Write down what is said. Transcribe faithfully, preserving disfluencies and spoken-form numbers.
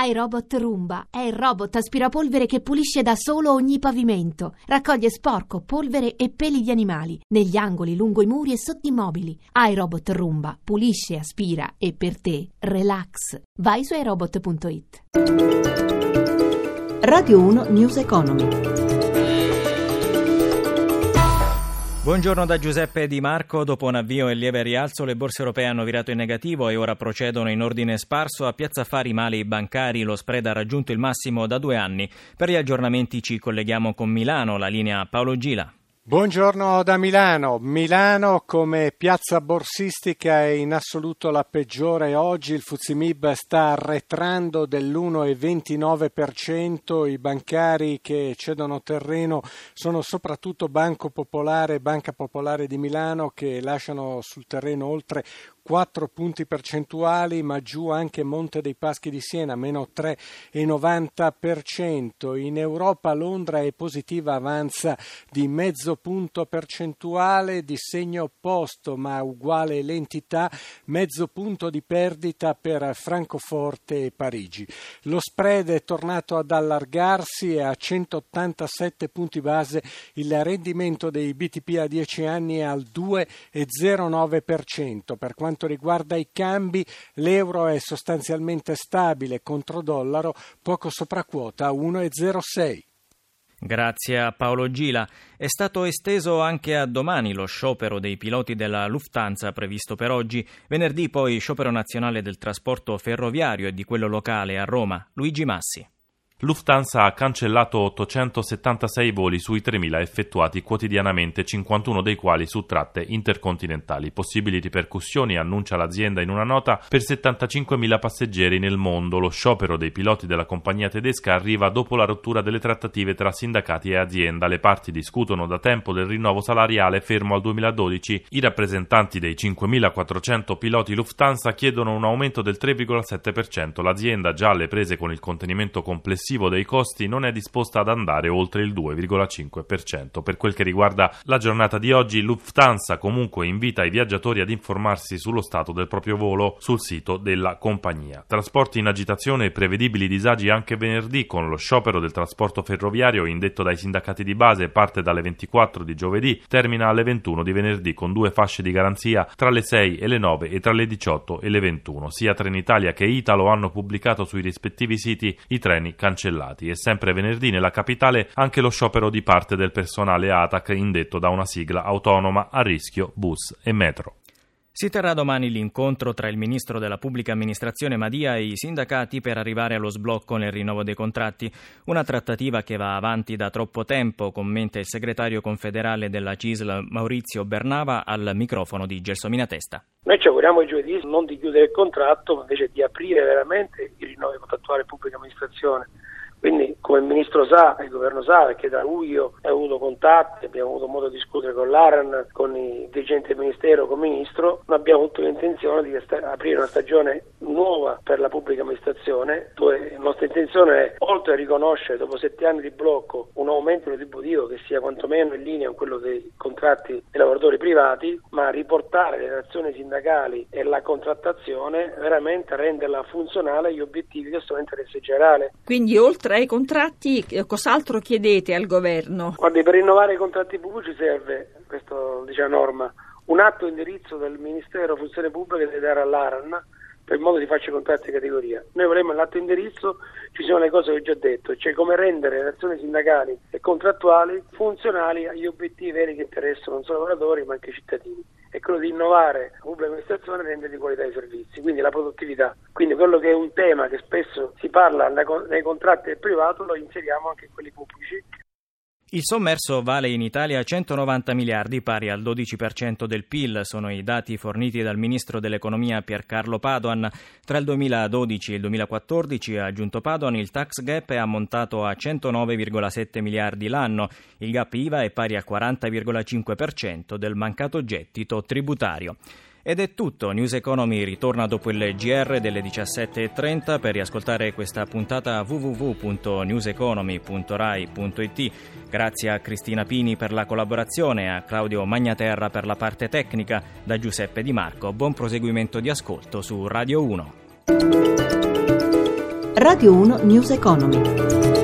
iRobot Roomba è il robot aspirapolvere che pulisce da solo ogni pavimento. Raccoglie sporco, polvere e peli di animali negli angoli, lungo i muri e sotto i mobili. iRobot Roomba pulisce, aspira e per te relax. Vai su iRobot punto it. Radio uno News Economy. Buongiorno da Giuseppe Di Marco. Dopo un avvio e lieve rialzo, le borse europee hanno virato in negativo e ora procedono in ordine sparso. A Piazza Affari Mali Bancari lo spread ha raggiunto il massimo da due anni. Per gli aggiornamenti ci colleghiamo con Milano, la linea Paolo Gila. Buongiorno da Milano. Milano come piazza borsistica è in assoluto la peggiore oggi. Il Fuzimib sta arretrando dell'uno virgola ventinove per cento. I bancari che cedono terreno sono soprattutto Banco Popolare e Banca Popolare di Milano, che lasciano sul terreno oltre quattro punti percentuali, ma giù anche Monte dei Paschi di Siena, meno tre virgola novanta per cento. In Europa Londra è positiva, avanza di mezzo punto percentuale, di segno opposto ma uguale l'entità, mezzo punto di perdita per Francoforte e Parigi. Lo spread è tornato ad allargarsi e a centottantasette punti base il rendimento dei B T P a dieci anni è al due virgola zero nove per cento. Per quanto quanto riguarda i cambi, l'euro è sostanzialmente stabile contro dollaro, poco sopra quota a uno virgola zero sei. Grazie a Paolo Gila. È stato esteso anche a domani lo sciopero dei piloti della Lufthansa previsto per oggi. Venerdì poi sciopero nazionale del trasporto ferroviario e di quello locale a Roma. Luigi Massi. Lufthansa ha cancellato ottocentosettantasei voli sui tremila effettuati quotidianamente, cinquantuno dei quali su tratte intercontinentali. Possibili ripercussioni, annuncia l'azienda in una nota, per settantacinquemila passeggeri nel mondo. Lo sciopero dei piloti della compagnia tedesca arriva dopo la rottura delle trattative tra sindacati e azienda. Le parti discutono da tempo del rinnovo salariale fermo al duemiladodici. I rappresentanti dei cinquemilaquattrocento piloti Lufthansa chiedono un aumento del tre virgola sette per cento. L'azienda, già alle prese con il contenimento complessivo dei costi, non è disposta ad andare oltre il due virgola cinque per cento. Per quel che riguarda la giornata di oggi, Lufthansa comunque invita i viaggiatori ad informarsi sullo stato del proprio volo sul sito della compagnia. Trasporti in agitazione e prevedibili disagi anche venerdì, con lo sciopero del trasporto ferroviario indetto dai sindacati di base. Parte dalle ventiquattro di giovedì, termina alle ventuno di venerdì, con due fasce di garanzia tra le sei e le nove e tra le diciotto e le ventuno. Sia Trenitalia che Italo hanno pubblicato sui rispettivi siti i treni cancellati. E sempre venerdì nella capitale anche lo sciopero di parte del personale A T A C indetto da una sigla autonoma a rischio bus e metro. Si terrà domani l'incontro tra il ministro della pubblica amministrazione Madia e i sindacati per arrivare allo sblocco nel rinnovo dei contratti. Una trattativa che va avanti da troppo tempo, commenta il segretario confederale della C I S L Maurizio Bernava al microfono di Gelsomina Testa. Noi ci auguriamo il giovedì non di chiudere il contratto, ma invece di aprire veramente il rinnovo contrattuale pubblica amministrazione. Quindi, come il Ministro sa, il Governo sa, perché da luglio ha avuto contatti, abbiamo avuto modo di discutere con l'Aran, con i dirigenti del Ministero, con il Ministro, non abbiamo avuto l'intenzione di aprire una stagione nuova per la pubblica amministrazione, dove la nostra intenzione è, oltre a riconoscere dopo sette anni di blocco un aumento retributivo che sia quantomeno in linea con quello dei contratti dei lavoratori privati, ma riportare le relazioni sindacali e la contrattazione veramente a renderla funzionale agli obiettivi che sono interesse generale. Quindi oltre ai contratti, cos'altro chiedete al governo? Guardi, per rinnovare i contratti pubblici serve, questo dice la norma, un atto indirizzo del Ministero Funzione Pubblica che deve dare all'Aran per il modo di farci contratti di categoria. Noi vorremmo nell'atto indirizzo ci sono le cose che ho già detto, cioè come rendere le relazioni sindacali e contrattuali funzionali agli obiettivi veri che interessano non solo i lavoratori ma anche i cittadini. È quello di innovare la pubblica amministrazione e rendere di qualità i servizi, quindi la produttività. Quindi quello che è un tema che spesso si parla nei contratti del privato lo inseriamo anche in quelli pubblici. Il sommerso vale in Italia centonovanta miliardi, pari al dodici per cento del P I L, sono i dati forniti dal ministro dell'economia Piercarlo Padoan. Tra il duemiladodici e il duemilaquattordici, ha aggiunto Padoan, il tax gap è ammontato a centonove virgola sette miliardi l'anno. Il gap I V A è pari al quaranta virgola cinque per cento del mancato gettito tributario. Ed è tutto. News Economy ritorna dopo il G R delle diciassette e trenta. Per riascoltare questa puntata w w w punto news economy punto rai punto it. Grazie a Cristina Pini per la collaborazione, a Claudio Magnaterra per la parte tecnica. Da Giuseppe Di Marco, buon proseguimento di ascolto su Radio uno. Radio uno News Economy.